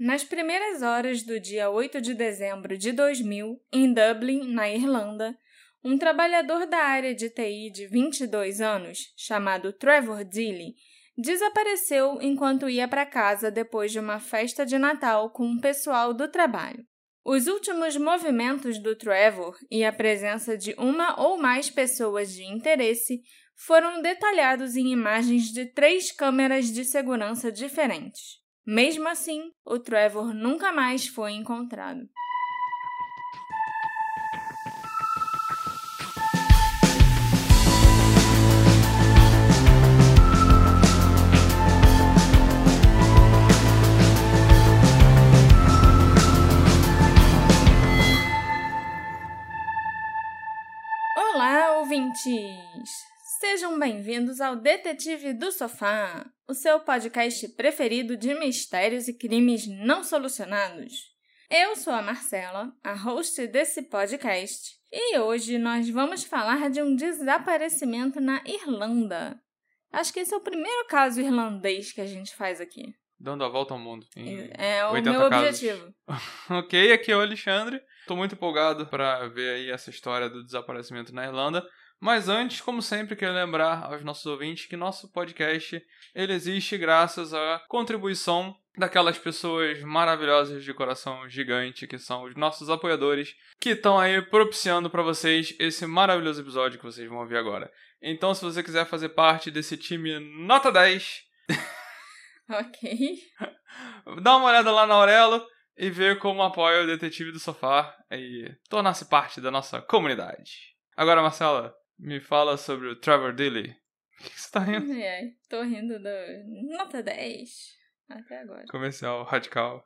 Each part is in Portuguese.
Nas primeiras horas do dia 8 de dezembro de 2000, em Dublin, na Irlanda, um trabalhador da área de TI de 22 anos, chamado Trevor Dilley, desapareceu enquanto ia para casa depois de uma festa de Natal com o pessoal do trabalho. Os últimos movimentos do Trevor e a presença de uma ou mais pessoas de interesse foram detalhados em imagens de 3 câmeras de segurança diferentes. Mesmo assim, o Trevor nunca mais foi encontrado. Olá, ouvintes! Sejam bem-vindos ao Detetive do Sofá, o seu podcast preferido de mistérios e crimes não solucionados. Eu sou a Marcela, a host desse podcast, e hoje nós vamos falar de um desaparecimento na Irlanda. Acho que esse é o primeiro caso irlandês que a gente faz aqui. Dando a volta ao mundo. É o meu objetivo. Ok, aqui é o Alexandre. Estou muito empolgado para ver aí essa história do desaparecimento na Irlanda. Mas antes, como sempre, quero lembrar aos nossos ouvintes que nosso podcast ele existe graças à contribuição daquelas pessoas maravilhosas de coração gigante que são os nossos apoiadores que estão aí propiciando para vocês esse maravilhoso episódio que vocês vão ouvir agora. Então, se você quiser fazer parte desse time nota 10... Ok. Dá uma olhada lá na Aurelo e ver como apoia o Detetive do Sofá e tornar-se parte da nossa comunidade. Agora, Marcela, me fala sobre o Trevor Dilley. O que você tá rindo? Tô rindo do nota 10 até agora. Comercial radical.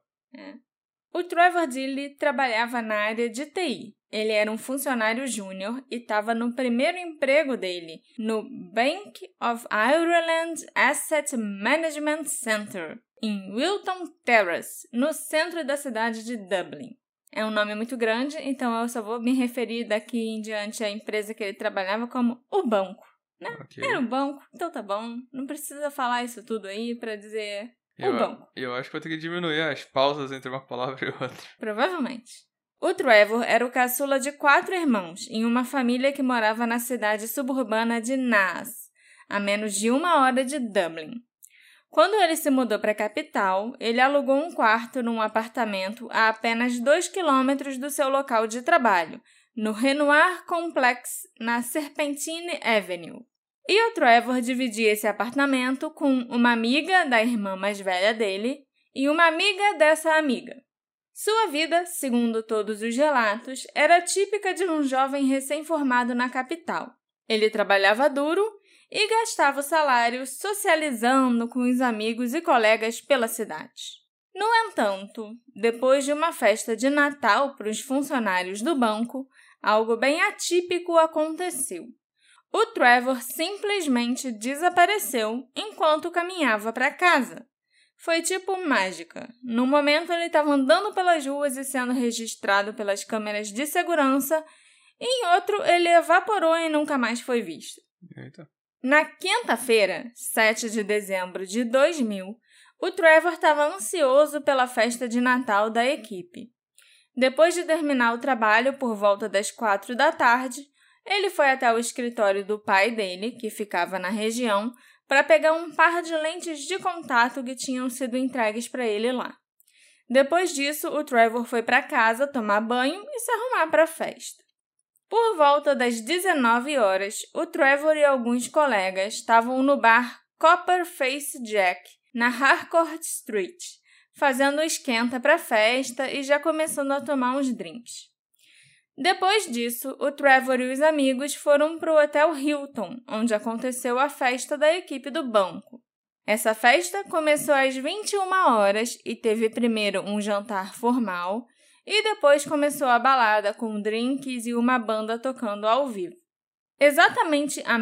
O Trevor Dilley trabalhava na área de TI. Ele era um funcionário júnior e estava no primeiro emprego dele, no Bank of Ireland Asset Management Centre, em Wilton Terrace, no centro da cidade de Dublin. É um nome muito grande, então eu só vou me referir daqui em diante à empresa que ele trabalhava como o banco, né? Okay. Era um banco, então tá bom. Não precisa falar isso tudo aí pra dizer o banco. Eu acho que vou ter que diminuir as pausas entre uma palavra e outra. Provavelmente. O Trevor era o caçula de 4 irmãos, em uma família que morava na cidade suburbana de Naas, a menos de 1 hora de Dublin. Quando ele se mudou para a capital, ele alugou um quarto num apartamento a apenas 2 quilômetros do seu local de trabalho, no Renoir Complex, na Serpentine Avenue. E o Trevor dividia esse apartamento com uma amiga da irmã mais velha dele e uma amiga dessa amiga. Sua vida, segundo todos os relatos, era típica de um jovem recém-formado na capital. Ele trabalhava duro e gastava o salário socializando com os amigos e colegas pela cidade. No entanto, depois de uma festa de Natal para os funcionários do banco, algo bem atípico aconteceu. O Trevor simplesmente desapareceu enquanto caminhava para casa. Foi tipo mágica. No momento ele estava andando pelas ruas e sendo registrado pelas câmeras de segurança, e em outro ele evaporou e nunca mais foi visto. Eita. Na quinta-feira, 7 de dezembro de 2000, o Trevor estava ansioso pela festa de Natal da equipe. Depois de terminar o trabalho por volta das 4 da tarde, ele foi até o escritório do pai dele, que ficava na região, para pegar um par de lentes de contato que tinham sido entregues para ele lá. Depois disso, o Trevor foi para casa tomar banho e se arrumar para a festa. Por volta das 19 horas, o Trevor e alguns colegas estavam no bar Copperface Jack, na Harcourt Street, fazendo esquenta para a festa e já começando a tomar uns drinks. Depois disso, o Trevor e os amigos foram para o Hotel Hilton, onde aconteceu a festa da equipe do banco. Essa festa começou às 21 horas e teve primeiro um jantar formal e depois começou a balada com drinks e uma banda tocando ao vivo. Exatamente à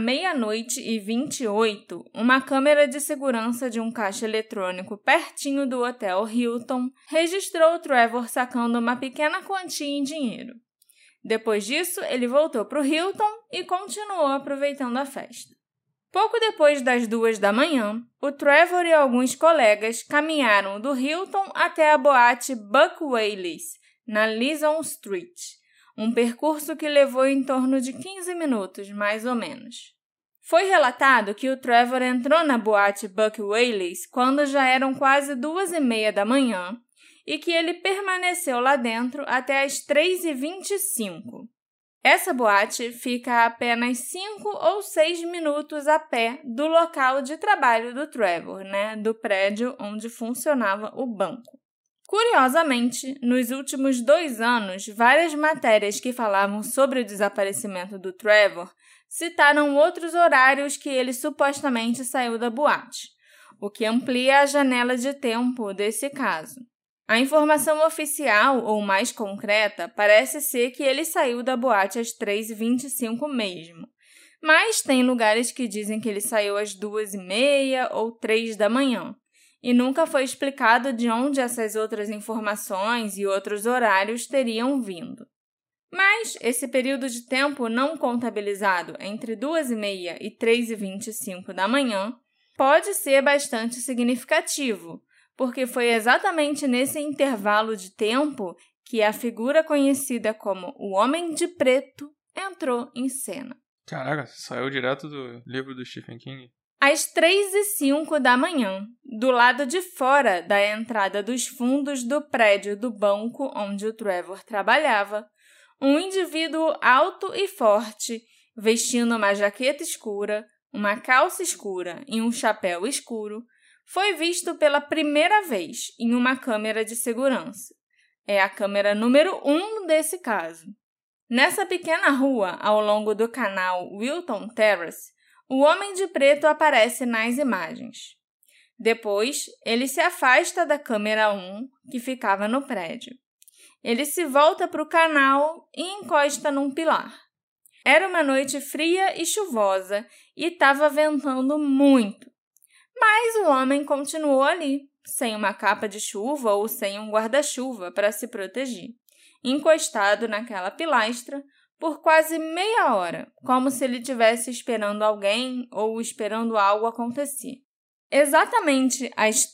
00:28, uma câmera de segurança de um caixa eletrônico pertinho do Hotel Hilton registrou o Trevor sacando uma pequena quantia em dinheiro. Depois disso, ele voltou para o Hilton e continuou aproveitando a festa. Pouco depois das 2 da manhã, o Trevor e alguns colegas caminharam do Hilton até a boate Buck Whaley's, na Leeson Street, um percurso que levou em torno de 15 minutos, mais ou menos. Foi relatado que o Trevor entrou na boate Buck Whaley's quando já eram quase 2h30 da manhã e que ele permaneceu lá dentro até as 3h25. Essa boate fica a apenas 5 ou 6 minutos a pé do local de trabalho do Trevor, do prédio onde funcionava o banco. Curiosamente, nos últimos 2 anos, várias matérias que falavam sobre o desaparecimento do Trevor citaram outros horários que ele supostamente saiu da boate, o que amplia a janela de tempo desse caso. A informação oficial, ou mais concreta, parece ser que ele saiu da boate às 3h25 mesmo, mas tem lugares que dizem que ele saiu às 2h30 ou 3 da manhã, e nunca foi explicado de onde essas outras informações e outros horários teriam vindo. Mas esse período de tempo não contabilizado entre 2h30 e 3h25 da manhã pode ser bastante significativo, porque foi exatamente nesse intervalo de tempo que a figura conhecida como o Homem de Preto entrou em cena. Caraca, saiu direto do livro do Stephen King? Às 3h05 da manhã, do lado de fora da entrada dos fundos do prédio do banco onde o Trevor trabalhava, um indivíduo alto e forte, vestindo uma jaqueta escura, uma calça escura e um chapéu escuro, foi visto pela primeira vez em uma câmera de segurança. É a câmera número 1 desse caso. Nessa pequena rua, ao longo do canal Wilton Terrace, o Homem de Preto aparece nas imagens. Depois, ele se afasta da câmera 1, que ficava no prédio. Ele se volta para o canal e encosta num pilar. Era uma noite fria e chuvosa e estava ventando muito. Mas o homem continuou ali, sem uma capa de chuva ou sem um guarda-chuva para se proteger, encostado naquela pilastra por quase meia hora, como se ele estivesse esperando alguém ou esperando algo acontecer. Exatamente às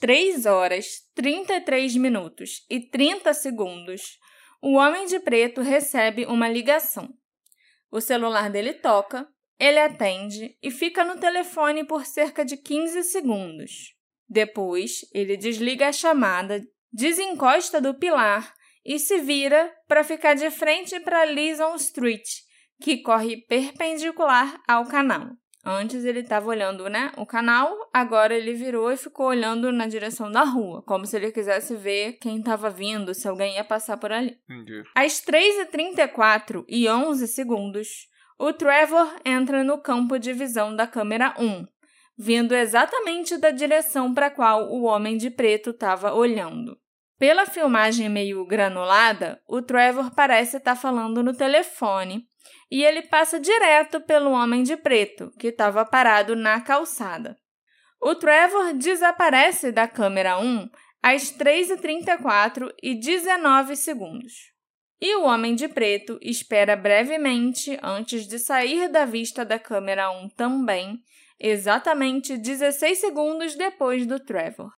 3h33 e 30 segundos, o Homem de Preto recebe uma ligação. O celular dele toca, ele atende e fica no telefone por cerca de 15 segundos. Depois, ele desliga a chamada, desencosta do pilar e se vira para ficar de frente para Leeson Street, que corre perpendicular ao canal. Antes ele estava olhando, o canal, agora ele virou e ficou olhando na direção da rua, como se ele quisesse ver quem estava vindo, se alguém ia passar por ali. Entendi. Às 3h34 e 11 segundos, o Trevor entra no campo de visão da câmera 1, vindo exatamente da direção para a qual o Homem de Preto estava olhando. Pela filmagem meio granulada, o Trevor parece estar falando no telefone e ele passa direto pelo Homem de Preto, que estava parado na calçada. O Trevor desaparece da câmera 1 às 3h34 e 19 segundos. E o Homem de Preto espera brevemente antes de sair da vista da câmera 1 também, exatamente 16 segundos depois do Trevor.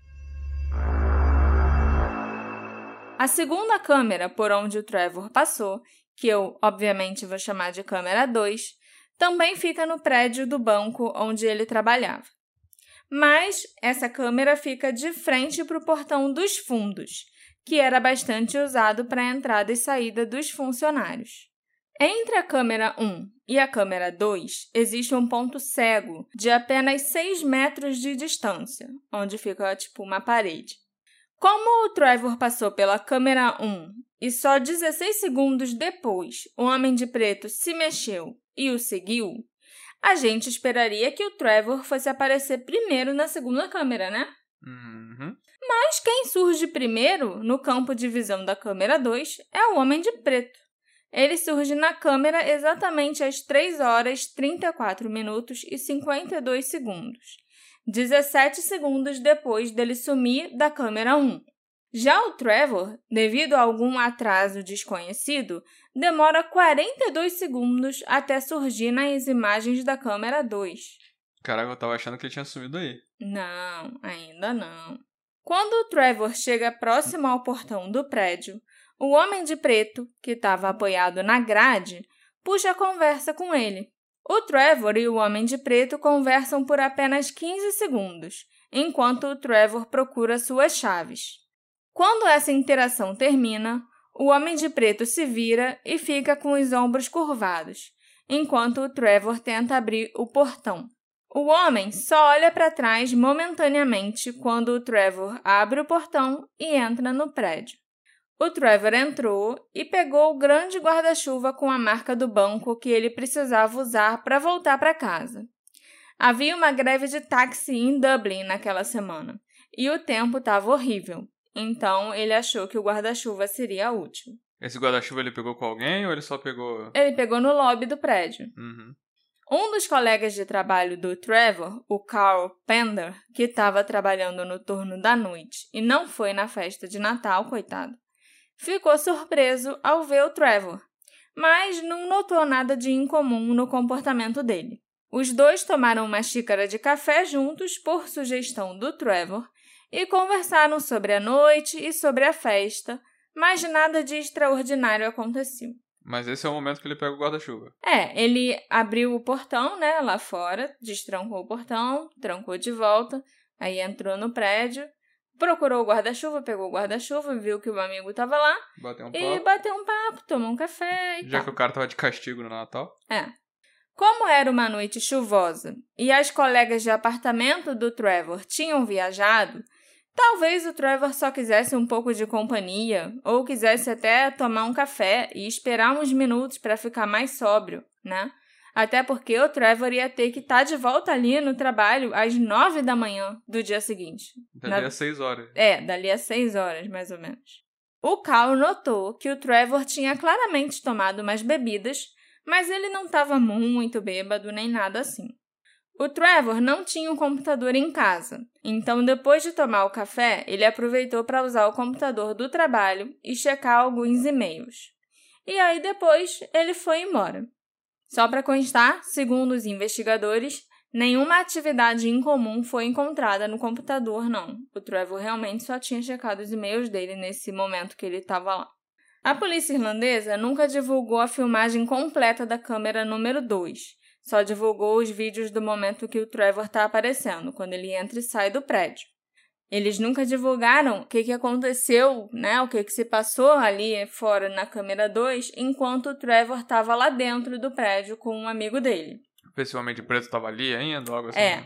A segunda câmera por onde o Trevor passou, que eu obviamente vou chamar de câmera 2, também fica no prédio do banco onde ele trabalhava. Mas essa câmera fica de frente para o portão dos fundos, que era bastante usado para a entrada e saída dos funcionários. Entre a câmera 1 e a câmera 2, existe um ponto cego de apenas 6 metros de distância, onde fica uma parede. Como o Trevor passou pela câmera 1 e só 16 segundos depois o Homem de Preto se mexeu e o seguiu, a gente esperaria que o Trevor fosse aparecer primeiro na segunda câmera, né? Uhum. Mas quem surge primeiro no campo de visão da câmera 2 é o Homem de Preto. Ele surge na câmera exatamente às 3h34 e 52 segundos, 17 segundos depois dele sumir da câmera 1. Já o Trevor, devido a algum atraso desconhecido, demora 42 segundos até surgir nas imagens da câmera 2. Caraca, eu tava achando que ele tinha sumido aí. Não, ainda não. Quando o Trevor chega próximo ao portão do prédio, o homem de preto, que estava apoiado na grade, puxa a conversa com ele. O Trevor e o homem de preto conversam por apenas 15 segundos, enquanto o Trevor procura suas chaves. Quando essa interação termina, o homem de preto se vira e fica com os ombros curvados, enquanto o Trevor tenta abrir o portão. O homem só olha para trás momentaneamente quando o Trevor abre o portão e entra no prédio. O Trevor entrou e pegou o grande guarda-chuva com a marca do banco que ele precisava usar para voltar para casa. Havia uma greve de táxi em Dublin naquela semana, e o tempo estava horrível, então ele achou que o guarda-chuva seria útil. Esse guarda-chuva ele pegou com alguém ou ele só pegou... Ele pegou no lobby do prédio. Uhum. Um dos colegas de trabalho do Trevor, o Carl Pender, que estava trabalhando no turno da noite e não foi na festa de Natal, coitado, ficou surpreso ao ver o Trevor, mas não notou nada de incomum no comportamento dele. Os dois tomaram uma xícara de café juntos por sugestão do Trevor e conversaram sobre a noite e sobre a festa, mas nada de extraordinário aconteceu. Mas esse é o momento que ele pega o guarda-chuva. Ele abriu o portão, lá fora, destrancou o portão, trancou de volta, aí entrou no prédio, procurou o guarda-chuva, pegou o guarda-chuva, viu que o amigo estava lá bateu um papo, tomou um café e Já que o cara tava de castigo no Natal. Como era uma noite chuvosa e as colegas de apartamento do Trevor tinham viajado, talvez o Trevor só quisesse um pouco de companhia ou quisesse até tomar um café e esperar uns minutos para ficar mais sóbrio, né? Até porque o Trevor ia ter que estar de volta ali no trabalho às 9 da manhã do dia seguinte. Dali a 6 horas. Dali a 6 horas, mais ou menos. O Carl notou que o Trevor tinha claramente tomado umas bebidas, mas ele não estava muito bêbado nem nada assim. O Trevor não tinha um computador em casa, então depois de tomar o café, ele aproveitou para usar o computador do trabalho e checar alguns e-mails. E aí depois ele foi embora. Só para constar, segundo os investigadores, nenhuma atividade incomum foi encontrada no computador, não. O Trevor realmente só tinha checado os e-mails dele nesse momento que ele estava lá. A polícia irlandesa nunca divulgou a filmagem completa da câmera número 2. Só divulgou os vídeos do momento que o Trevor está aparecendo, quando ele entra e sai do prédio. Eles nunca divulgaram o que aconteceu, o que se passou ali fora na câmera 2, enquanto o Trevor estava lá dentro do prédio com um amigo dele. Esse homem de preto estava ali ainda, algo assim?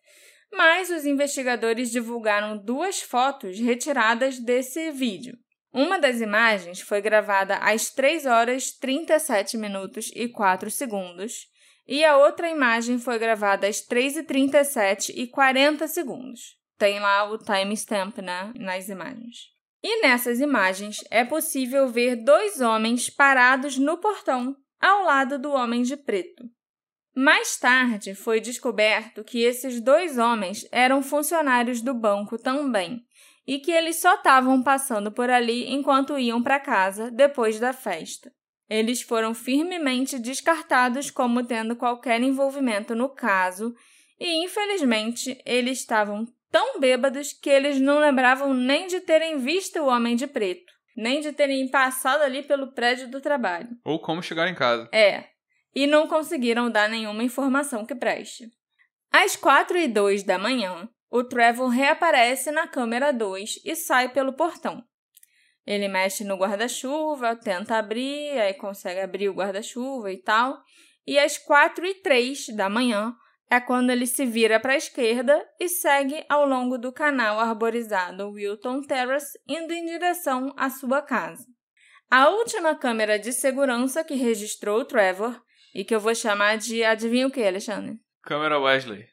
Mas os investigadores divulgaram 2 fotos retiradas desse vídeo. Uma das imagens foi gravada às 3 horas, 37 minutos e 4 segundos, e a outra imagem foi gravada às 3h37 e 40 segundos. Tem lá o timestamp, nas imagens. E nessas imagens é possível ver 2 homens parados no portão, ao lado do homem de preto. Mais tarde foi descoberto que esses 2 homens eram funcionários do banco também, e que eles só estavam passando por ali enquanto iam para casa depois da festa. Eles foram firmemente descartados como tendo qualquer envolvimento no caso e, infelizmente, eles estavam tão bêbados que eles não lembravam nem de terem visto o homem de preto, nem de terem passado ali pelo prédio do trabalho. Ou como chegar em casa. E não conseguiram dar nenhuma informação que preste. Às 4h02 da manhã, o Trevor reaparece na câmera 2 e sai pelo portão. Ele mexe no guarda-chuva, tenta abrir, aí consegue abrir o guarda-chuva e tal. E às 4h03 da manhã é quando ele se vira para a esquerda e segue ao longo do canal arborizado Wilton Terrace, indo em direção à sua casa. A última câmera de segurança que registrou o Trevor, e que eu vou chamar de adivinha o que, Alexandre? Câmera Wesley.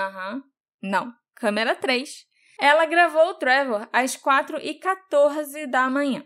Não, câmera 3. Ela gravou o Trevor às 4h14 da manhã.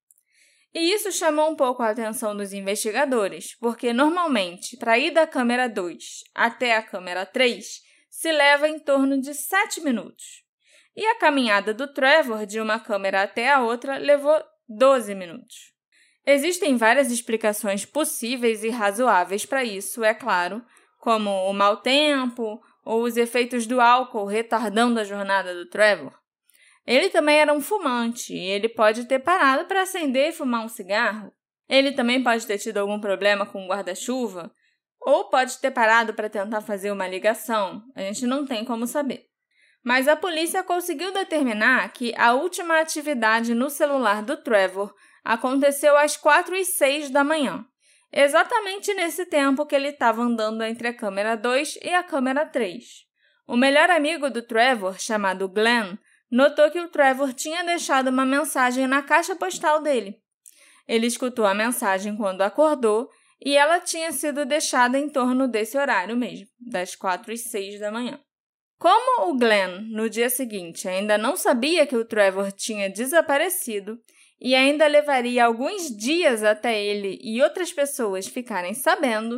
E isso chamou um pouco a atenção dos investigadores, porque normalmente, para ir da câmera 2 até a câmera 3, se leva em torno de 7 minutos. E a caminhada do Trevor de uma câmera até a outra levou 12 minutos. Existem várias explicações possíveis e razoáveis para isso, é claro, como o mau tempo, ou os efeitos do álcool retardando a jornada do Trevor. Ele também era um fumante e ele pode ter parado para acender e fumar um cigarro. Ele também pode ter tido algum problema com o guarda-chuva ou pode ter parado para tentar fazer uma ligação. A gente não tem como saber. Mas a polícia conseguiu determinar que a última atividade no celular do Trevor aconteceu às 4h06 da manhã, exatamente nesse tempo que ele estava andando entre a câmera 2 e a câmera 3. O melhor amigo do Trevor, chamado Glenn, notou que o Trevor tinha deixado uma mensagem na caixa postal dele. Ele escutou a mensagem quando acordou e ela tinha sido deixada em torno desse horário mesmo, das 4h06 da manhã. Como o Glenn, no dia seguinte, ainda não sabia que o Trevor tinha desaparecido e ainda levaria alguns dias até ele e outras pessoas ficarem sabendo,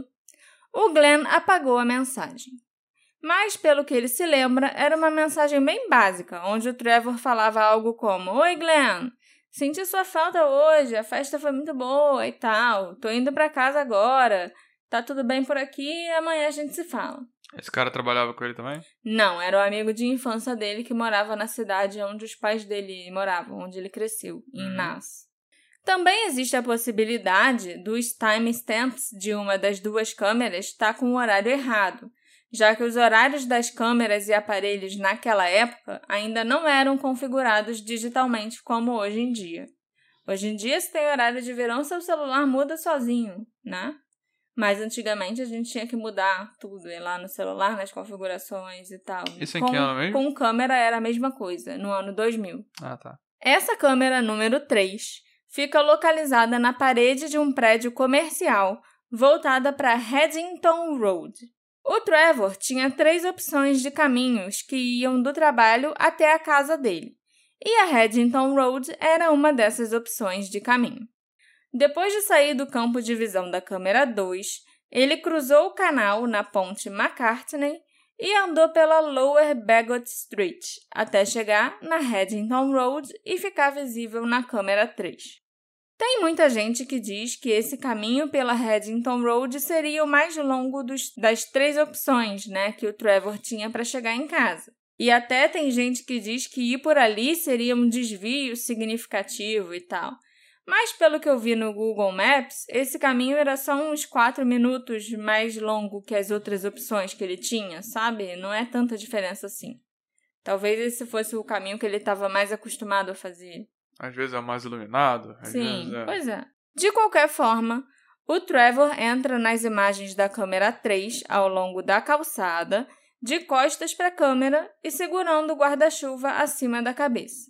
o Glenn apagou a mensagem. Mas, pelo que ele se lembra, era uma mensagem bem básica, onde o Trevor falava algo como: "Oi, Glenn, senti sua falta hoje, a festa foi muito boa e tal, tô indo pra casa agora, tá tudo bem por aqui e amanhã a gente se fala." Esse cara trabalhava com ele também? Não, era o amigo de infância dele que morava na cidade onde os pais dele moravam, onde ele cresceu, em Nass. Também existe a possibilidade dos timestamps de uma das duas câmeras estar com o horário errado, já que os horários das câmeras e aparelhos naquela época ainda não eram configurados digitalmente como hoje em dia. Hoje em dia, se tem horário de verão, seu celular muda sozinho, né? Mas antigamente a gente tinha que mudar tudo lá no celular, nas configurações e tal. Isso em que ano mesmo? Com câmera era a mesma coisa, no ano 2000. Ah, tá. Essa câmera número 3 fica localizada na parede de um prédio comercial voltada para Haddington Road. O Trevor tinha 3 opções de caminhos que iam do trabalho até a casa dele, e a Haddington Road era uma dessas opções de caminho. Depois de sair do campo de visão da câmera 2, ele cruzou o canal na ponte McCartney e andou pela Lower Baggot Street até chegar na Haddington Road e ficar visível na câmera 3. Tem muita gente que diz que esse caminho pela Haddington Road seria o mais longo das 3 opções, né, que o Trevor tinha para chegar em casa. E até tem gente que diz que ir por ali seria um desvio significativo e tal. Mas, pelo que eu vi no Google Maps, esse caminho era só uns 4 minutos mais longo que as outras opções que ele tinha, sabe? Não é tanta diferença assim. Talvez esse fosse o caminho que ele estava mais acostumado a fazer. Às vezes é mais iluminado. Sim, pois é. De qualquer forma, o Trevor entra nas imagens da câmera 3 ao longo da calçada, de costas para a câmera e segurando o guarda-chuva acima da cabeça.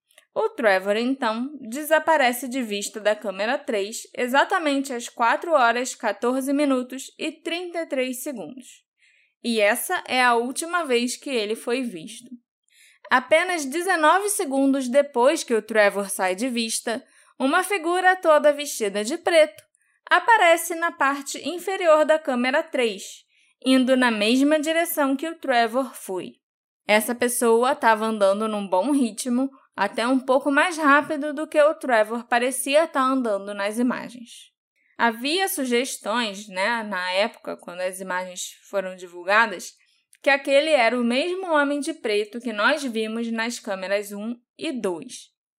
O Trevor, então, desaparece de vista da câmera 3 exatamente às 4 horas, 14 minutos e 33 segundos. E essa é a última vez que ele foi visto. Apenas 19 segundos depois que o Trevor sai de vista, uma figura toda vestida de preto aparece na parte inferior da câmera 3, indo na mesma direção que o Trevor foi. Essa pessoa estava andando num bom ritmo, até um pouco mais rápido do que o Trevor parecia estar andando nas imagens. Havia sugestões, na época, quando as imagens foram divulgadas, que aquele era o mesmo homem de preto que nós vimos nas câmeras 1 e 2.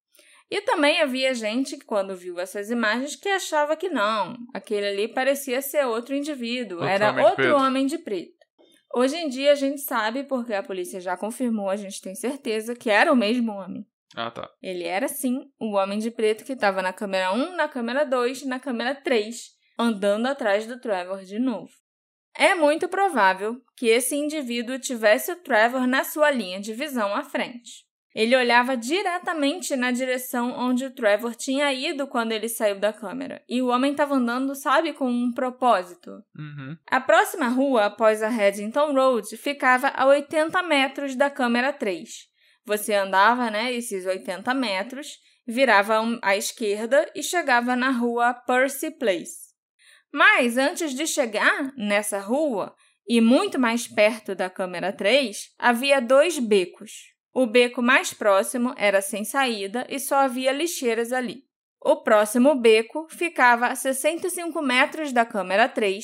E também havia gente que, quando viu essas imagens, que achava que não, aquele ali parecia ser outro indivíduo, era outro homem de preto. Hoje em dia a gente sabe, porque a polícia já confirmou, a gente tem certeza que era o mesmo homem. Ah, tá. Ele era, sim, o homem de preto que estava na câmera 1, na câmera 2 e na câmera 3, andando atrás do Trevor de novo. É muito provável que esse indivíduo tivesse o Trevor na sua linha de visão à frente. Ele olhava diretamente na direção onde o Trevor tinha ido quando ele saiu da câmera. E o homem estava andando, sabe, com um propósito. Uhum. A próxima rua, após a Haddington Road, ficava a 80 metros da câmera 3. Você andava, esses 80 metros, virava à esquerda e chegava na rua Percy Place. Mas, antes de chegar nessa rua, e muito mais perto da câmera 3, havia 2 becos. O beco mais próximo era sem saída e só havia lixeiras ali. O próximo beco ficava a 65 metros da câmera 3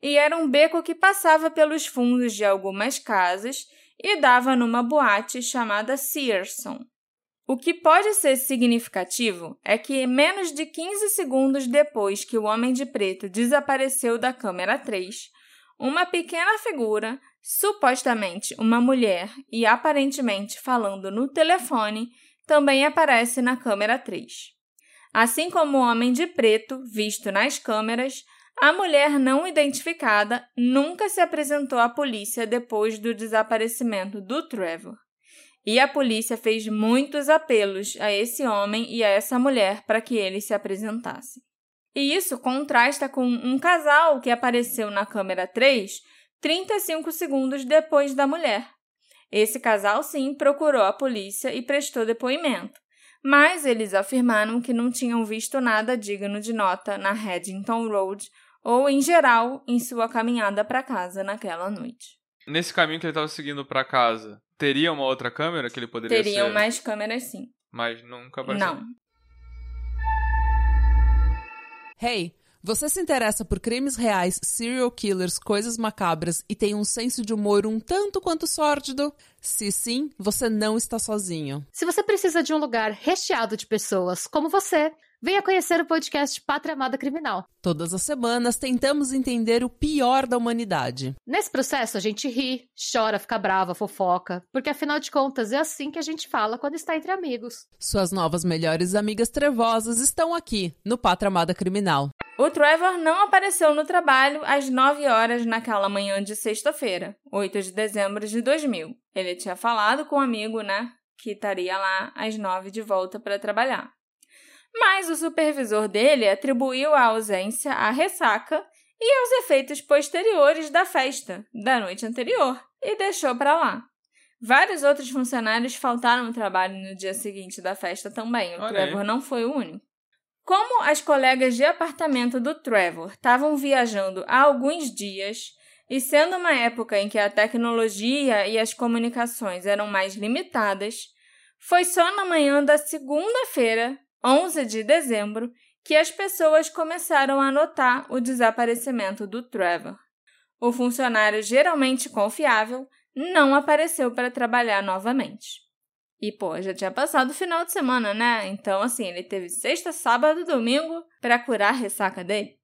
e era um beco que passava pelos fundos de algumas casas e dava numa boate chamada Searson. O que pode ser significativo é que menos de 15 segundos depois que o homem de preto desapareceu da câmera 3, uma pequena figura, supostamente uma mulher e aparentemente falando no telefone, também aparece na câmera 3. Assim como o homem de preto, visto nas câmeras, a mulher não identificada nunca se apresentou à polícia depois do desaparecimento do Trevor. E a polícia fez muitos apelos a esse homem e a essa mulher para que eles se apresentassem. E isso contrasta com um casal que apareceu na câmera 3 35 segundos depois da mulher. Esse casal, sim, procurou a polícia e prestou depoimento, mas eles afirmaram que não tinham visto nada digno de nota na Haddington Road ou, em geral, em sua caminhada para casa naquela noite. Nesse caminho que ele estava seguindo para casa, teria uma outra câmera que ele poderia ser? Teriam mais câmeras, sim. Mas nunca apareceu? Não. Hey, você se interessa por crimes reais, serial killers, coisas macabras e tem um senso de humor um tanto quanto sórdido? Se sim, você não está sozinho. Se você precisa de um lugar recheado de pessoas como você, venha conhecer o podcast Pátria Amada Criminal. Todas as semanas tentamos entender o pior da humanidade. Nesse processo a gente ri, chora, fica brava, fofoca, porque afinal de contas é assim que a gente fala quando está entre amigos. Suas novas melhores amigas trevosas estão aqui, no Pátria Amada Criminal. O Trevor não apareceu no trabalho às 9 horas naquela manhã de sexta-feira, 8 de dezembro de 2000. Ele tinha falado com um amigo, que estaria lá às 9 de volta para trabalhar. Mas o supervisor dele atribuiu a ausência à ressaca e aos efeitos posteriores da festa da noite anterior e deixou para lá. Vários outros funcionários faltaram ao trabalho no dia seguinte da festa também. O Trevor não foi o único. Como as colegas de apartamento do Trevor estavam viajando há alguns dias e sendo uma época em que a tecnologia e as comunicações eram mais limitadas, foi só na manhã da segunda-feira, 11 de dezembro, que as pessoas começaram a notar o desaparecimento do Trevor. O funcionário geralmente confiável não apareceu para trabalhar novamente. E, já tinha passado o final de semana, Então, ele teve sexta, sábado e domingo para curar a ressaca dele.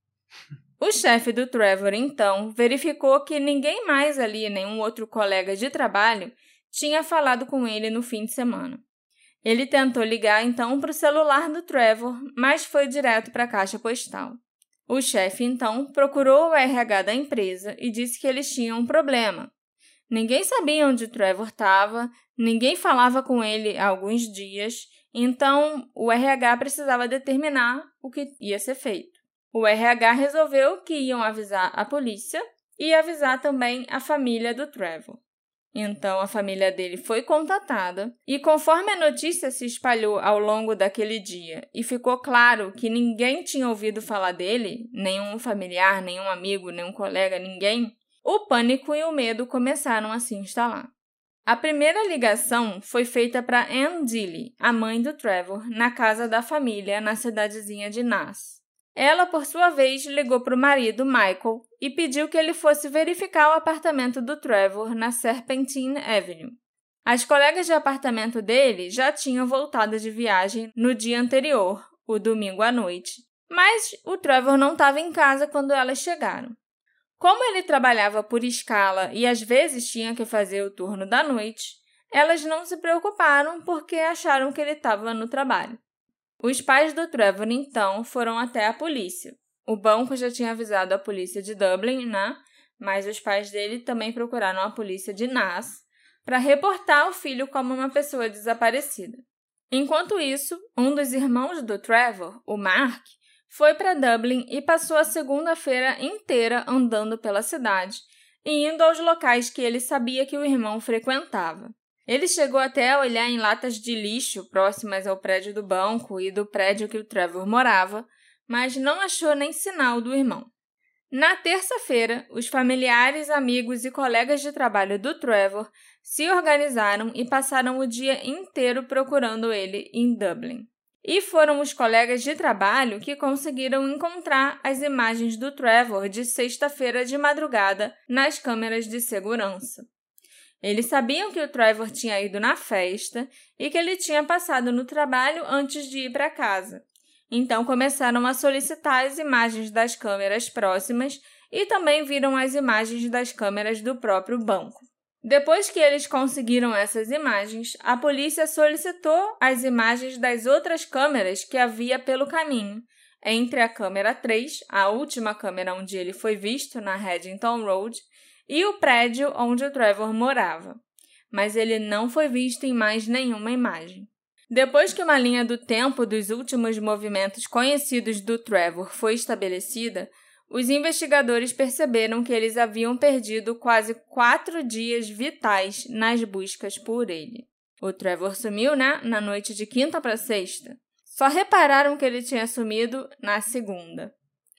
O chefe do Trevor, então, verificou que ninguém mais ali, nenhum outro colega de trabalho, tinha falado com ele no fim de semana. Ele tentou ligar, então, para o celular do Trevor, mas foi direto para a caixa postal. O chefe, então, procurou o RH da empresa e disse que eles tinham um problema. Ninguém sabia onde o Trevor estava, ninguém falava com ele há alguns dias, então o RH precisava determinar o que ia ser feito. O RH resolveu que iam avisar a polícia e avisar também a família do Trevor. Então, a família dele foi contatada e, conforme a notícia se espalhou ao longo daquele dia e ficou claro que ninguém tinha ouvido falar dele, nenhum familiar, nenhum amigo, nenhum colega, ninguém, o pânico e o medo começaram a se instalar. A primeira ligação foi feita para Ann Dilley, a mãe do Trevor, na casa da família na cidadezinha de Nass. Ela, por sua vez, ligou para o marido, Michael, e pediu que ele fosse verificar o apartamento do Trevor na Serpentine Avenue. As colegas de apartamento dele já tinham voltado de viagem no dia anterior, o domingo à noite, mas o Trevor não estava em casa quando elas chegaram. Como ele trabalhava por escala e às vezes tinha que fazer o turno da noite, elas não se preocuparam porque acharam que ele estava no trabalho. Os pais do Trevor, então, foram até a polícia. O banco já tinha avisado a polícia de Dublin, mas os pais dele também procuraram a polícia de Nass para reportar o filho como uma pessoa desaparecida. Enquanto isso, um dos irmãos do Trevor, o Mark, foi para Dublin e passou a segunda-feira inteira andando pela cidade e indo aos locais que ele sabia que o irmão frequentava. Ele chegou até a olhar em latas de lixo próximas ao prédio do banco e do prédio que o Trevor morava, mas não achou nem sinal do irmão. Na terça-feira, os familiares, amigos e colegas de trabalho do Trevor se organizaram e passaram o dia inteiro procurando ele em Dublin. e foram os colegas de trabalho que conseguiram encontrar as imagens do Trevor de sexta-feira de madrugada nas câmeras de segurança. Eles sabiam que o Trevor tinha ido na festa e que ele tinha passado no trabalho antes de ir para casa. Então começaram a solicitar as imagens das câmeras próximas e também viram as imagens das câmeras do próprio banco. Depois que eles conseguiram essas imagens, a polícia solicitou as imagens das outras câmeras que havia pelo caminho, entre a câmera 3, a última câmera onde ele foi visto na Haddington Road, e o prédio onde o Trevor morava. Mas ele não foi visto em mais nenhuma imagem. Depois que uma linha do tempo dos últimos movimentos conhecidos do Trevor foi estabelecida, os investigadores perceberam que eles haviam perdido quase 4 dias vitais nas buscas por ele. O Trevor sumiu, na noite de quinta para sexta. Só repararam que ele tinha sumido na segunda.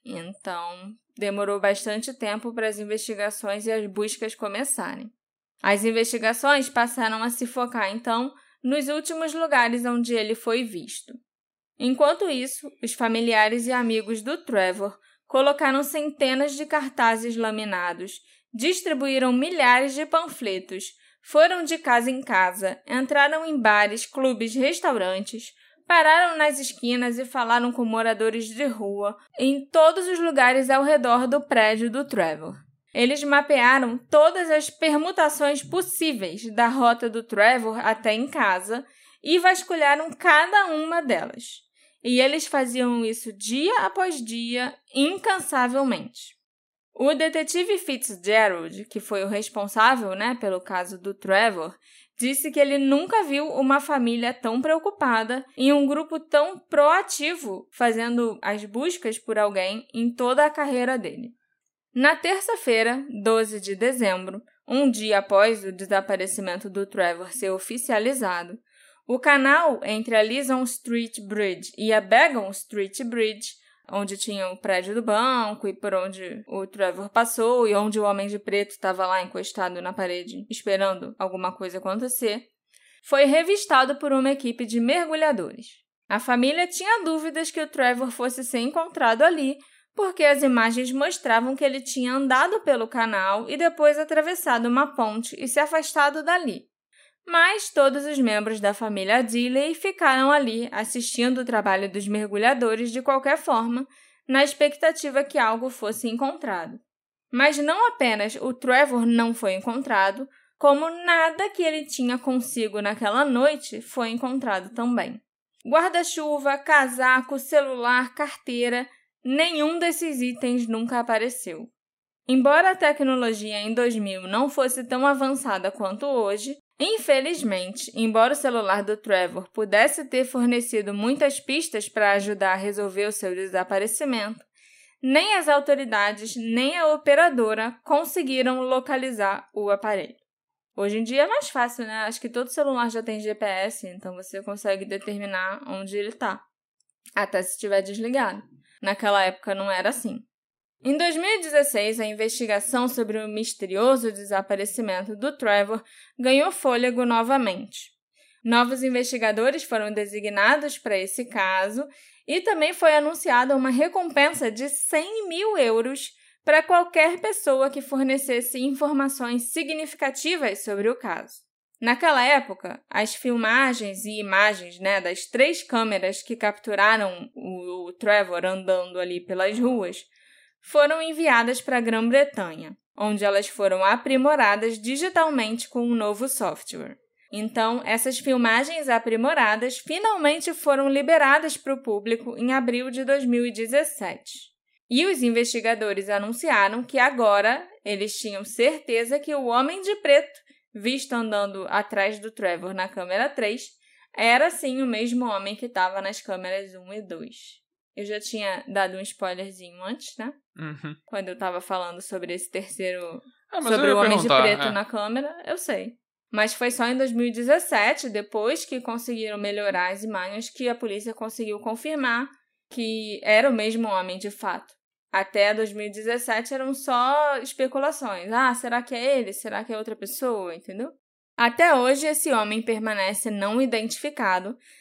Então, demorou bastante tempo para as investigações e as buscas começarem. As investigações passaram a se focar, então, nos últimos lugares onde ele foi visto. Enquanto isso, os familiares e amigos do Trevor colocaram centenas de cartazes laminados, distribuíram milhares de panfletos, foram de casa em casa, entraram em bares, clubes, restaurantes, pararam nas esquinas e falaram com moradores de rua em todos os lugares ao redor do prédio do Trevor. Eles mapearam todas as permutações possíveis da rota do Trevor até em casa e vasculharam cada uma delas. E eles faziam isso dia após dia, incansavelmente. O detetive Fitzgerald, que foi o responsável, pelo caso do Trevor, disse que ele nunca viu uma família tão preocupada e um grupo tão proativo fazendo as buscas por alguém em toda a carreira dele. Na terça-feira, 12 de dezembro, um dia após o desaparecimento do Trevor ser oficializado, o canal entre a Leeson Street Bridge e a Beacon Street Bridge, onde tinha o prédio do banco e por onde o Trevor passou e onde o homem de preto estava lá encostado na parede esperando alguma coisa acontecer, foi revistado por uma equipe de mergulhadores. A família tinha dúvidas que o Trevor fosse ser encontrado ali, porque as imagens mostravam que ele tinha andado pelo canal e depois atravessado uma ponte e se afastado dali. Mas todos os membros da família Dilley ficaram ali assistindo o trabalho dos mergulhadores de qualquer forma, na expectativa que algo fosse encontrado. Mas não apenas o Trevor não foi encontrado, como nada que ele tinha consigo naquela noite foi encontrado também. Guarda-chuva, casaco, celular, carteira, nenhum desses itens nunca apareceu. Embora a tecnologia em 2000 não fosse tão avançada quanto hoje, infelizmente, embora o celular do Trevor pudesse ter fornecido muitas pistas para ajudar a resolver o seu desaparecimento, nem as autoridades nem a operadora conseguiram localizar o aparelho. Hoje em dia é mais fácil, Acho que todo celular já tem GPS, então você consegue determinar onde ele está, até se estiver desligado. Naquela época não era assim. Em 2016, a investigação sobre o misterioso desaparecimento do Trevor ganhou fôlego novamente. Novos investigadores foram designados para esse caso e também foi anunciada uma recompensa de 100 mil euros para qualquer pessoa que fornecesse informações significativas sobre o caso. Naquela época, as filmagens e imagens das 3 câmeras que capturaram o Trevor andando ali pelas ruas foram enviadas para a Grã-Bretanha, onde elas foram aprimoradas digitalmente com um novo software. Então, essas filmagens aprimoradas finalmente foram liberadas para o público em abril de 2017. E os investigadores anunciaram que agora eles tinham certeza que o homem de preto, visto andando atrás do Trevor na câmera 3, era sim o mesmo homem que estava nas câmeras 1 e 2. Eu já tinha dado um spoilerzinho antes, Uhum. Quando eu estava falando sobre esse terceiro... sobre o homem de preto na câmera, eu sei. Mas foi só em 2017, depois que conseguiram melhorar as imagens, que a polícia conseguiu confirmar que era o mesmo homem de fato. Até 2017 eram só especulações. Será que é ele? Será que é outra pessoa? Entendeu? Até hoje, esse homem permanece não identificado,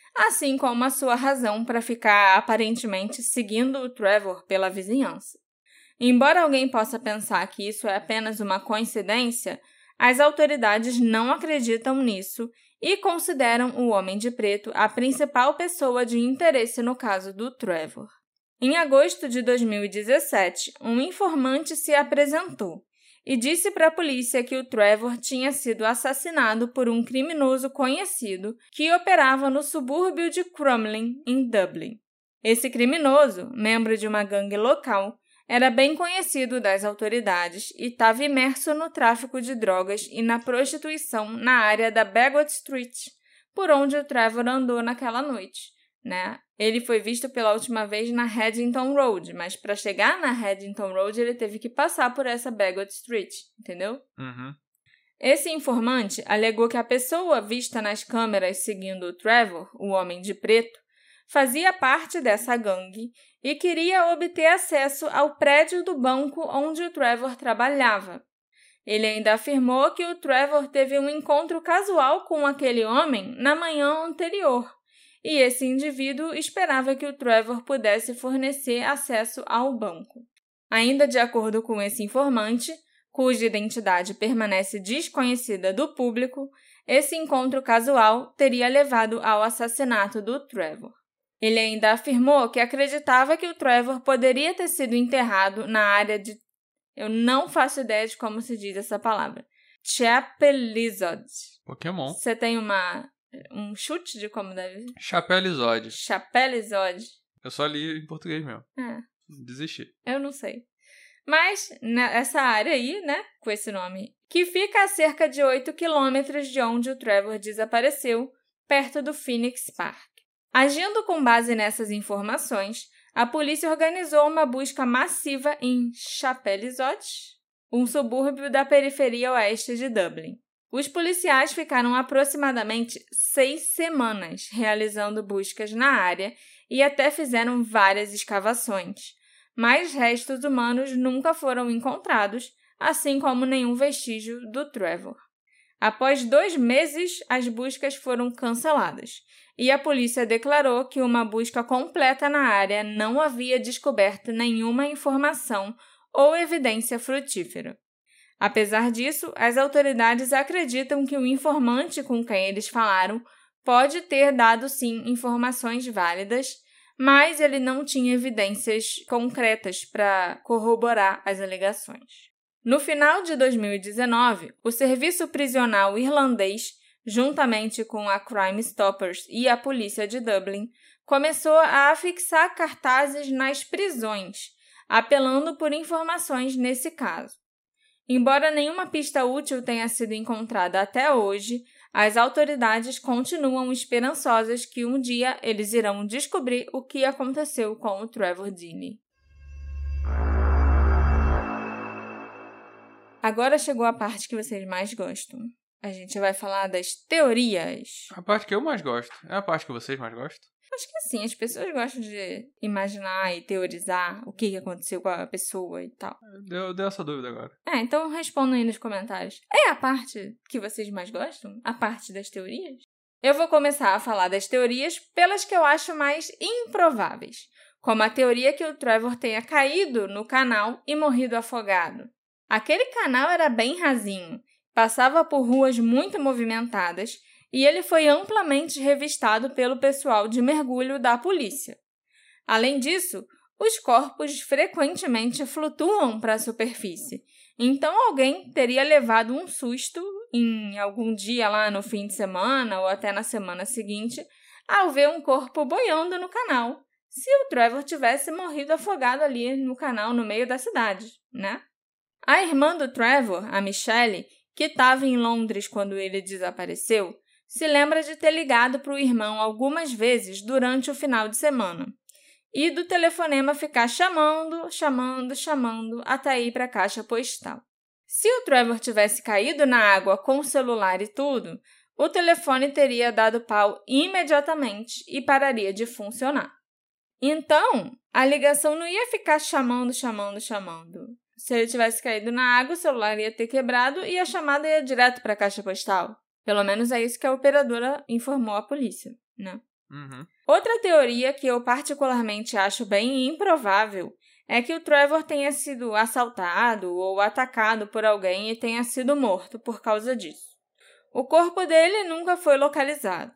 assim como a sua razão para ficar aparentemente seguindo o Trevor pela vizinhança. Embora alguém possa pensar que isso é apenas uma coincidência, as autoridades não acreditam nisso e consideram o Homem de Preto a principal pessoa de interesse no caso do Trevor. Em agosto de 2017, um informante se apresentou e disse para a polícia que o Trevor tinha sido assassinado por um criminoso conhecido que operava no subúrbio de Crumlin, em Dublin. Esse criminoso, membro de uma gangue local, era bem conhecido das autoridades e estava imerso no tráfico de drogas e na prostituição na área da Baggot Street, por onde o Trevor andou naquela noite, né? Ele foi visto pela última vez na Haddington Road, mas para chegar na Haddington Road ele teve que passar por essa Baggot Street, entendeu? Uhum. Esse informante alegou que a pessoa vista nas câmeras seguindo o Trevor, o Homem de Preto, fazia parte dessa gangue e queria obter acesso ao prédio do banco onde o Trevor trabalhava. Ele ainda afirmou que o Trevor teve um encontro casual com aquele homem na manhã anterior, e esse indivíduo esperava que o Trevor pudesse fornecer acesso ao banco. Ainda de acordo com esse informante, cuja identidade permanece desconhecida do público, esse encontro casual teria levado ao assassinato do Trevor. Ele ainda afirmou que acreditava que o Trevor poderia ter sido enterrado na área de... Eu não faço ideia de como se diz essa palavra. Chapelizod. Pokémon. Você tem um chute de como deve... Chapelizod. Chapelizod. Eu só li em português mesmo. É. Desisti. Eu não sei. Mas, nessa área aí, né, com esse nome, que fica a cerca de 8 quilômetros de onde o Trevor desapareceu, perto do Phoenix Park. Agindo com base nessas informações, a polícia organizou uma busca massiva em Chapelizod, um subúrbio da periferia oeste de Dublin. Os policiais ficaram aproximadamente 6 semanas realizando buscas na área e até fizeram várias escavações, mas restos humanos nunca foram encontrados, assim como nenhum vestígio do Trevor. Após 2 meses, as buscas foram canceladas e a polícia declarou que uma busca completa na área não havia descoberto nenhuma informação ou evidência frutífera. Apesar disso, as autoridades acreditam que o informante com quem eles falaram pode ter dado sim informações válidas, mas ele não tinha evidências concretas para corroborar as alegações. No final de 2019, o Serviço Prisional Irlandês, juntamente com a Crime Stoppers e a polícia de Dublin, começou a afixar cartazes nas prisões, apelando por informações nesse caso. Embora nenhuma pista útil tenha sido encontrada até hoje, as autoridades continuam esperançosas que um dia eles irão descobrir o que aconteceu com o Trevor Deeney. Agora chegou a parte que vocês mais gostam. A gente vai falar das teorias. A parte que eu mais gosto. É a parte que vocês mais gostam? Acho que assim, as pessoas gostam de imaginar e teorizar o que aconteceu com a pessoa e tal. Deu essa dúvida agora. Então respondam aí nos comentários. É a parte que vocês mais gostam? A parte das teorias? Eu vou começar a falar das teorias pelas que eu acho mais improváveis, como a teoria que o Trevor tenha caído no canal e morrido afogado. Aquele canal era bem rasinho, passava por ruas muito movimentadas e ele foi amplamente revistado pelo pessoal de mergulho da polícia. Além disso, os corpos frequentemente flutuam para a superfície, então alguém teria levado um susto em algum dia lá no fim de semana ou até na semana seguinte ao ver um corpo boiando no canal, se o Trevor tivesse morrido afogado ali no canal no meio da cidade, né? A irmã do Trevor, a Michelle, que estava em Londres quando ele desapareceu, se lembra de ter ligado para o irmão algumas vezes durante o final de semana e do telefonema ficar chamando até ir para a caixa postal. Se o Trevor tivesse caído na água com o celular e tudo, o telefone teria dado pau imediatamente e pararia de funcionar. Então, a ligação não ia ficar chamando. Se ele tivesse caído na água, o celular ia ter quebrado e a chamada ia direto para a caixa postal. Pelo menos é isso que a operadora informou à polícia, né? Outra teoria que eu particularmente acho bem improvável é que o Trevor tenha sido assaltado ou atacado por alguém e tenha sido morto por causa disso. O corpo dele nunca foi localizado.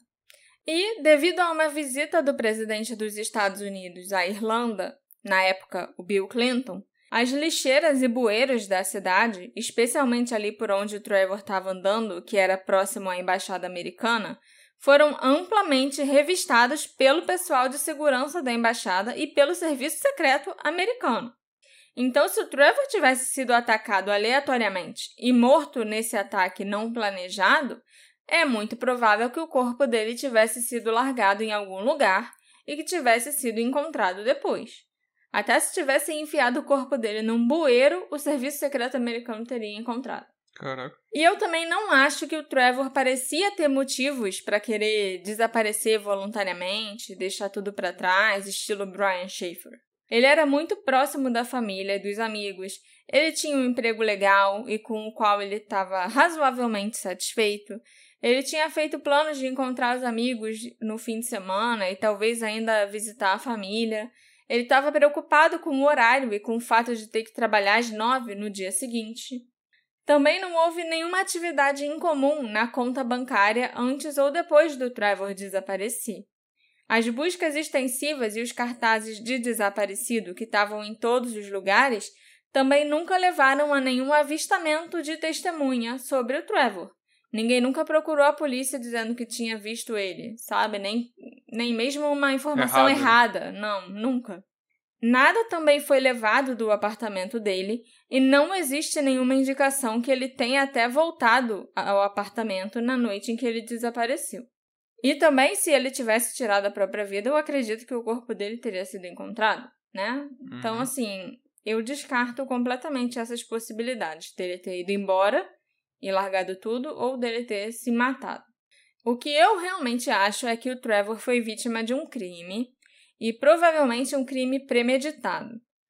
E, devido a uma visita do presidente dos Estados Unidos à Irlanda, na época o Bill Clinton, as lixeiras e bueiros da cidade, especialmente ali por onde o Trevor estava andando, que era próximo à embaixada americana, foram amplamente revistados pelo pessoal de segurança da embaixada e pelo serviço secreto americano. Então, se o Trevor tivesse sido atacado aleatoriamente e morto nesse ataque não planejado, é muito provável que o corpo dele tivesse sido largado em algum lugar e que tivesse sido encontrado depois. Até se tivesse enfiado o corpo dele num bueiro, o serviço secreto americano teria encontrado. Caraca. E eu também não acho que o Trevor parecia ter motivos para querer desaparecer voluntariamente, deixar tudo para trás, estilo Brian Schaefer. Ele era muito próximo da família e dos amigos, ele tinha um emprego legal e com o qual ele estava razoavelmente satisfeito. Ele tinha feito planos de encontrar os amigos no fim de semana e talvez ainda visitar a família. Ele estava preocupado com o horário e com o fato de ter que trabalhar às 9 no dia seguinte. Também não houve nenhuma atividade incomum na conta bancária antes ou depois do Trevor desaparecer. As buscas extensivas e os cartazes de desaparecido que estavam em todos os lugares também nunca levaram a nenhum avistamento de testemunha sobre o Trevor. Ninguém nunca procurou a polícia dizendo que tinha visto ele, sabe? Nem mesmo uma informação errada. Não, nunca. Nada também foi levado do apartamento dele e não existe nenhuma indicação que ele tenha até voltado ao apartamento na noite em que ele desapareceu. E também, se ele tivesse tirado a própria vida, eu acredito que o corpo dele teria sido encontrado, né? Então, assim, eu descarto completamente essas possibilidades dele ter ido embora e largado tudo ou dele ter se matado. O que eu realmente acho é que o Trevor foi vítima de um crime e provavelmente um crime premeditado.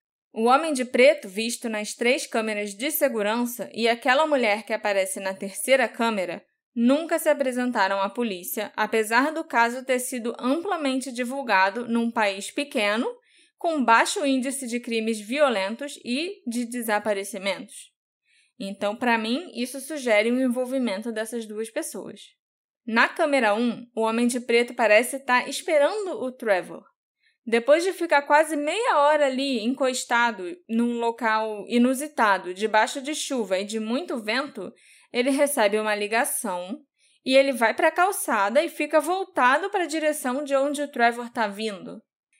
O homem de preto visto nas 3 câmeras de segurança e aquela mulher que aparece na 3ª câmera nunca se apresentaram à polícia, apesar do caso ter sido amplamente divulgado num país pequeno, com baixo índice de crimes violentos e de desaparecimentos. Então, para mim, isso sugere o envolvimento dessas 2 pessoas. Na câmera 1, o homem de preto parece estar esperando o Trevor. Depois de ficar quase meia hora ali encostado num local inusitado, debaixo de chuva e de muito vento, ele recebe uma ligação e ele vai para a calçada e fica voltado para a direção de onde o Trevor está vindo.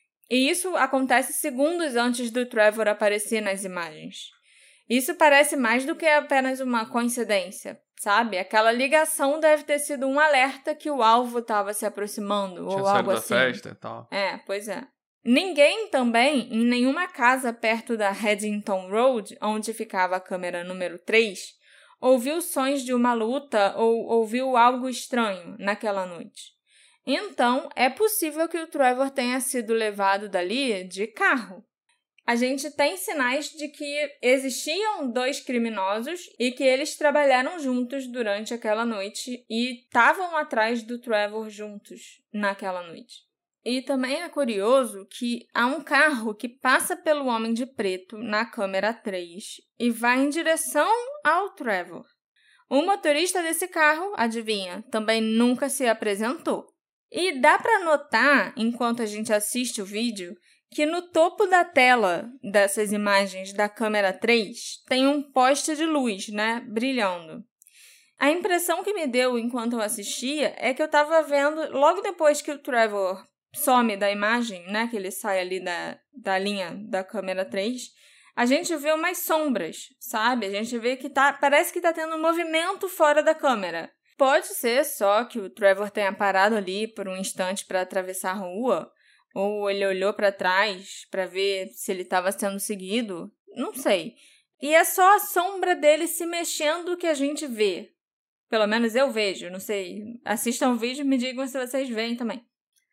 E isso acontece segundos antes do Trevor aparecer nas imagens. Isso parece mais do que apenas uma coincidência, sabe? Aquela ligação deve ter sido um alerta que o alvo estava se aproximando ou algo assim. Tinha saído da festa e tal. Pois é. Ninguém também, em nenhuma casa perto da Haddington Road, onde ficava a câmera número 3, ouviu sons de uma luta ou ouviu algo estranho naquela noite. Então, é possível que o Trevor tenha sido levado dali de carro. A gente tem sinais de que existiam 2 criminosos e que eles trabalharam juntos durante aquela noite e estavam atrás do Trevor juntos naquela noite. E também é curioso que há um carro que passa pelo homem de preto na câmera 3 e vai em direção ao Trevor. O motorista desse carro, adivinha, também nunca se apresentou. E dá para notar, enquanto a gente assiste o vídeo, que no topo da tela dessas imagens da câmera 3 tem um poste de luz, né, brilhando. A impressão que me deu enquanto eu assistia é que eu estava vendo, logo depois que o Trevor some da imagem, né, que ele sai ali da linha da câmera 3, a gente vê umas sombras, sabe? A gente vê que parece que tá tendo um movimento fora da câmera. Pode ser só que o Trevor tenha parado ali por um instante para atravessar a rua, ou ele olhou para trás para ver se ele estava sendo seguido, não sei. E é só a sombra dele se mexendo que a gente vê. Pelo menos eu vejo, não sei. Assistam o vídeo e me digam se vocês veem também.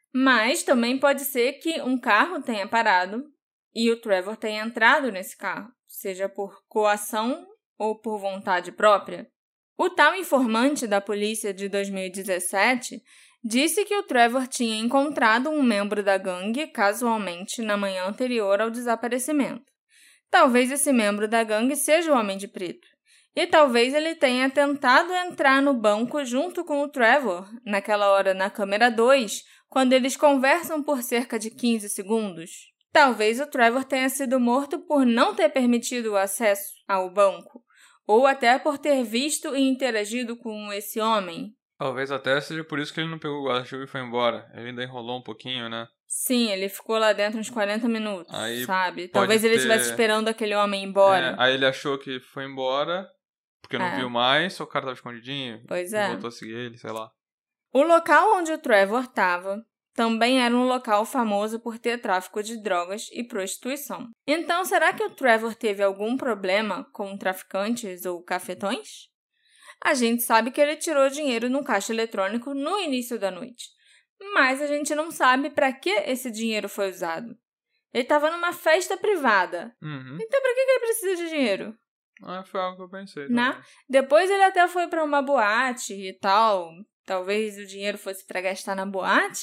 Mas também pode ser que um carro tenha parado e o Trevor tenha entrado nesse carro, seja por coação ou por vontade própria. O tal informante da polícia de 2017 disse que o Trevor tinha encontrado um membro da gangue casualmente na manhã anterior ao desaparecimento. Talvez esse membro da gangue seja o Homem de Preto. E talvez ele tenha tentado entrar no banco junto com o Trevor, naquela hora na câmera 2, quando eles conversam por cerca de 15 segundos. Talvez o Trevor tenha sido morto por não ter permitido o acesso ao banco, ou até por ter visto e interagido com esse homem. Talvez até seja por isso que ele não pegou o guarda-chuva e foi embora. Ele ainda enrolou um pouquinho, né? Sim, ele ficou lá dentro uns 40 minutos, Aí sabe? Talvez ele estivesse esperando aquele homem ir embora. Aí ele achou que foi embora, porque não viu mais, só o cara tava escondidinho. Pois e voltou a seguir ele, sei lá. O local onde o Trevor estava também era um local famoso por ter tráfico de drogas e prostituição. Então, será que o Trevor teve algum problema com traficantes ou cafetões? A gente sabe que ele tirou dinheiro no caixa eletrônico no início da noite, mas a gente não sabe para que esse dinheiro foi usado. Ele estava numa festa privada, então para que ele precisa de dinheiro? Foi algo que eu pensei. Né? Depois ele até foi para uma boate e tal, talvez o dinheiro fosse para gastar na boate,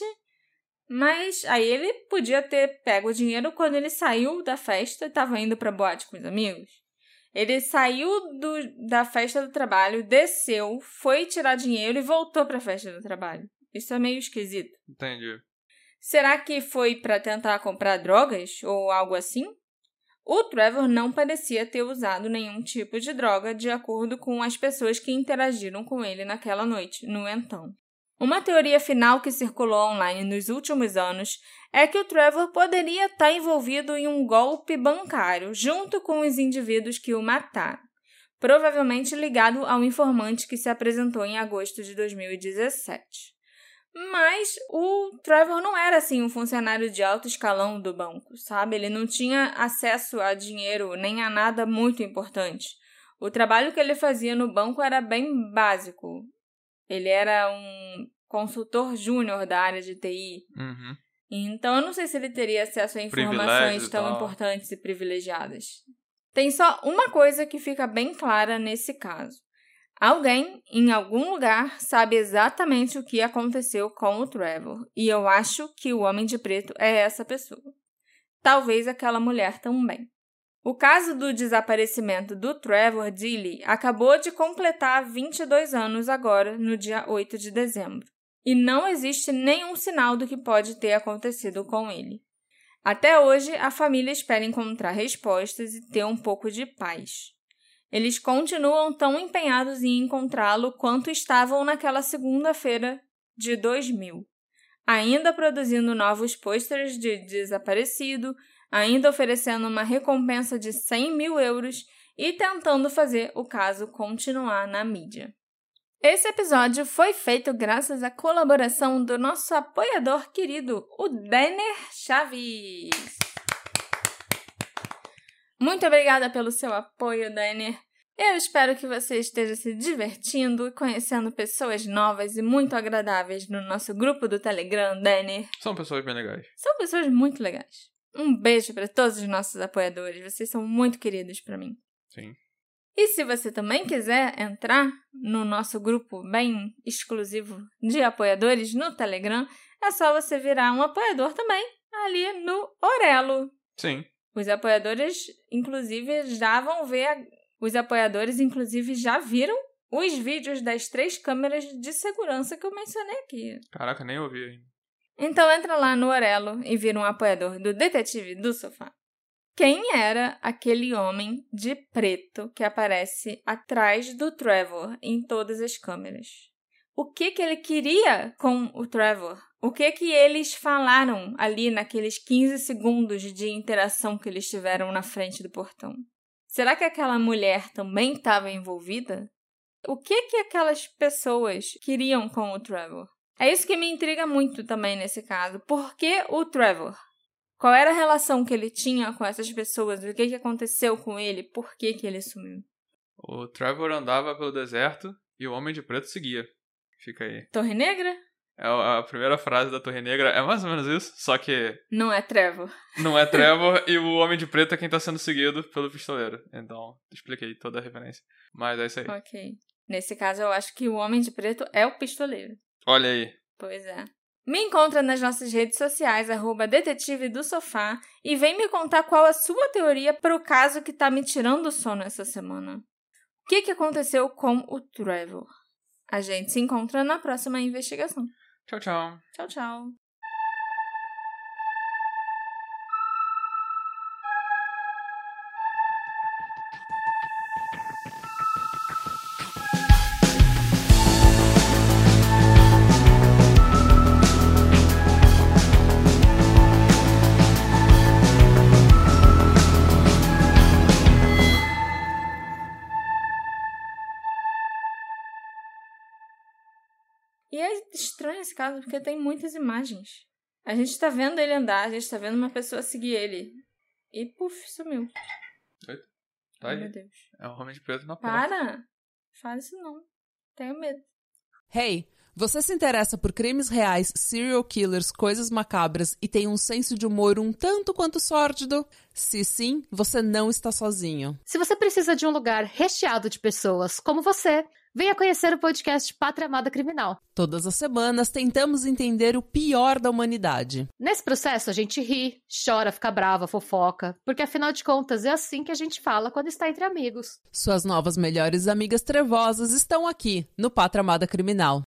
mas aí ele podia ter pego o dinheiro quando ele saiu da festa e estava indo para a boate com os amigos. Ele saiu da festa do trabalho, desceu, foi tirar dinheiro e voltou para a festa do trabalho. Isso é meio esquisito. Entendi. Será que foi para tentar comprar drogas ou algo assim? O Trevor não parecia ter usado nenhum tipo de droga, de acordo com as pessoas que interagiram com ele naquela noite, no entanto. Uma teoria final que circulou online nos últimos anos é que o Trevor poderia estar envolvido em um golpe bancário junto com os indivíduos que o mataram, provavelmente ligado ao informante que se apresentou em agosto de 2017. Mas o Trevor não era assim um funcionário de alto escalão do banco, sabe? Ele não tinha acesso a dinheiro nem a nada muito importante. O trabalho que ele fazia no banco era bem básico. Ele era um consultor júnior da área de TI. Então, eu não sei se ele teria acesso a informações tão importantes e privilegiadas. Tem só uma coisa que fica bem clara nesse caso. Alguém, em algum lugar, sabe exatamente o que aconteceu com o Trevor. E eu acho que o Homem de Preto é essa pessoa. Talvez aquela mulher também. O caso do desaparecimento do Trevor Dilley acabou de completar 22 anos agora, no dia 8 de dezembro. E não existe nenhum sinal do que pode ter acontecido com ele. Até hoje, a família espera encontrar respostas e ter um pouco de paz. Eles continuam tão empenhados em encontrá-lo quanto estavam naquela segunda-feira de 2000. Ainda produzindo novos pôsteres de desaparecido, ainda oferecendo uma recompensa de 100 mil euros e tentando fazer o caso continuar na mídia. Esse episódio foi feito graças à colaboração do nosso apoiador querido, o Denner Chaves. Muito obrigada pelo seu apoio, Denner. Eu espero que você esteja se divertindo e conhecendo pessoas novas e muito agradáveis no nosso grupo do Telegram, Denner. São pessoas bem legais. São pessoas muito legais. Um beijo para todos os nossos apoiadores. Vocês são muito queridos para mim. Sim. E se você também quiser entrar no nosso grupo bem exclusivo de apoiadores no Telegram, é só você virar um apoiador também ali no Orelo. Sim. Os apoiadores, inclusive, já viram os vídeos das 3 câmeras de segurança que eu mencionei aqui. Caraca, nem ouvi ainda. Então entra lá no Orelo e vira um apoiador do Detetive do Sofá. Quem era aquele homem de preto que aparece atrás do Trevor em todas as câmeras? O que ele queria com o Trevor? O que eles falaram ali naqueles 15 segundos de interação que eles tiveram na frente do portão? Será que aquela mulher também estava envolvida? O que aquelas pessoas queriam com o Trevor? É isso que me intriga muito também nesse caso. Por que o Trevor? Qual era a relação que ele tinha com essas pessoas? O que aconteceu com ele? Por que ele sumiu? O Trevor andava pelo deserto e o Homem de Preto seguia. Fica aí. Torre Negra? A primeira frase da Torre Negra é mais ou menos isso, só que... Não é Trevor. Não é Trevor e o Homem de Preto é quem tá sendo seguido pelo pistoleiro. Então, expliquei toda a referência. Mas é isso aí. Ok. Nesse caso, eu acho que o Homem de Preto é o pistoleiro. Olha aí. Pois é. Me encontra nas nossas redes sociais, @detetive do sofá, e vem me contar qual a sua teoria para o caso que tá me tirando o sono essa semana. O que aconteceu com o Trevor? A gente se encontra na próxima investigação. Tchau, tchau. Tchau, tchau. E é estranho esse caso, porque tem muitas imagens. A gente tá vendo ele andar, a gente tá vendo uma pessoa seguir ele. E, puf, sumiu. Eita, tá Ai, aí. meu Deus. É um homem de preto na porta. Para! Fala isso não. Tenho medo. Hey, você se interessa por crimes reais, serial killers, coisas macabras e tem um senso de humor um tanto quanto sórdido? Se sim, você não está sozinho. Se você precisa de um lugar recheado de pessoas como você, venha conhecer o podcast Pátria Amada Criminal. Todas as semanas tentamos entender o pior da humanidade. Nesse processo a gente ri, chora, fica brava, fofoca, porque afinal de contas é assim que a gente fala quando está entre amigos. Suas novas melhores amigas trevosas estão aqui, no Pátria Amada Criminal.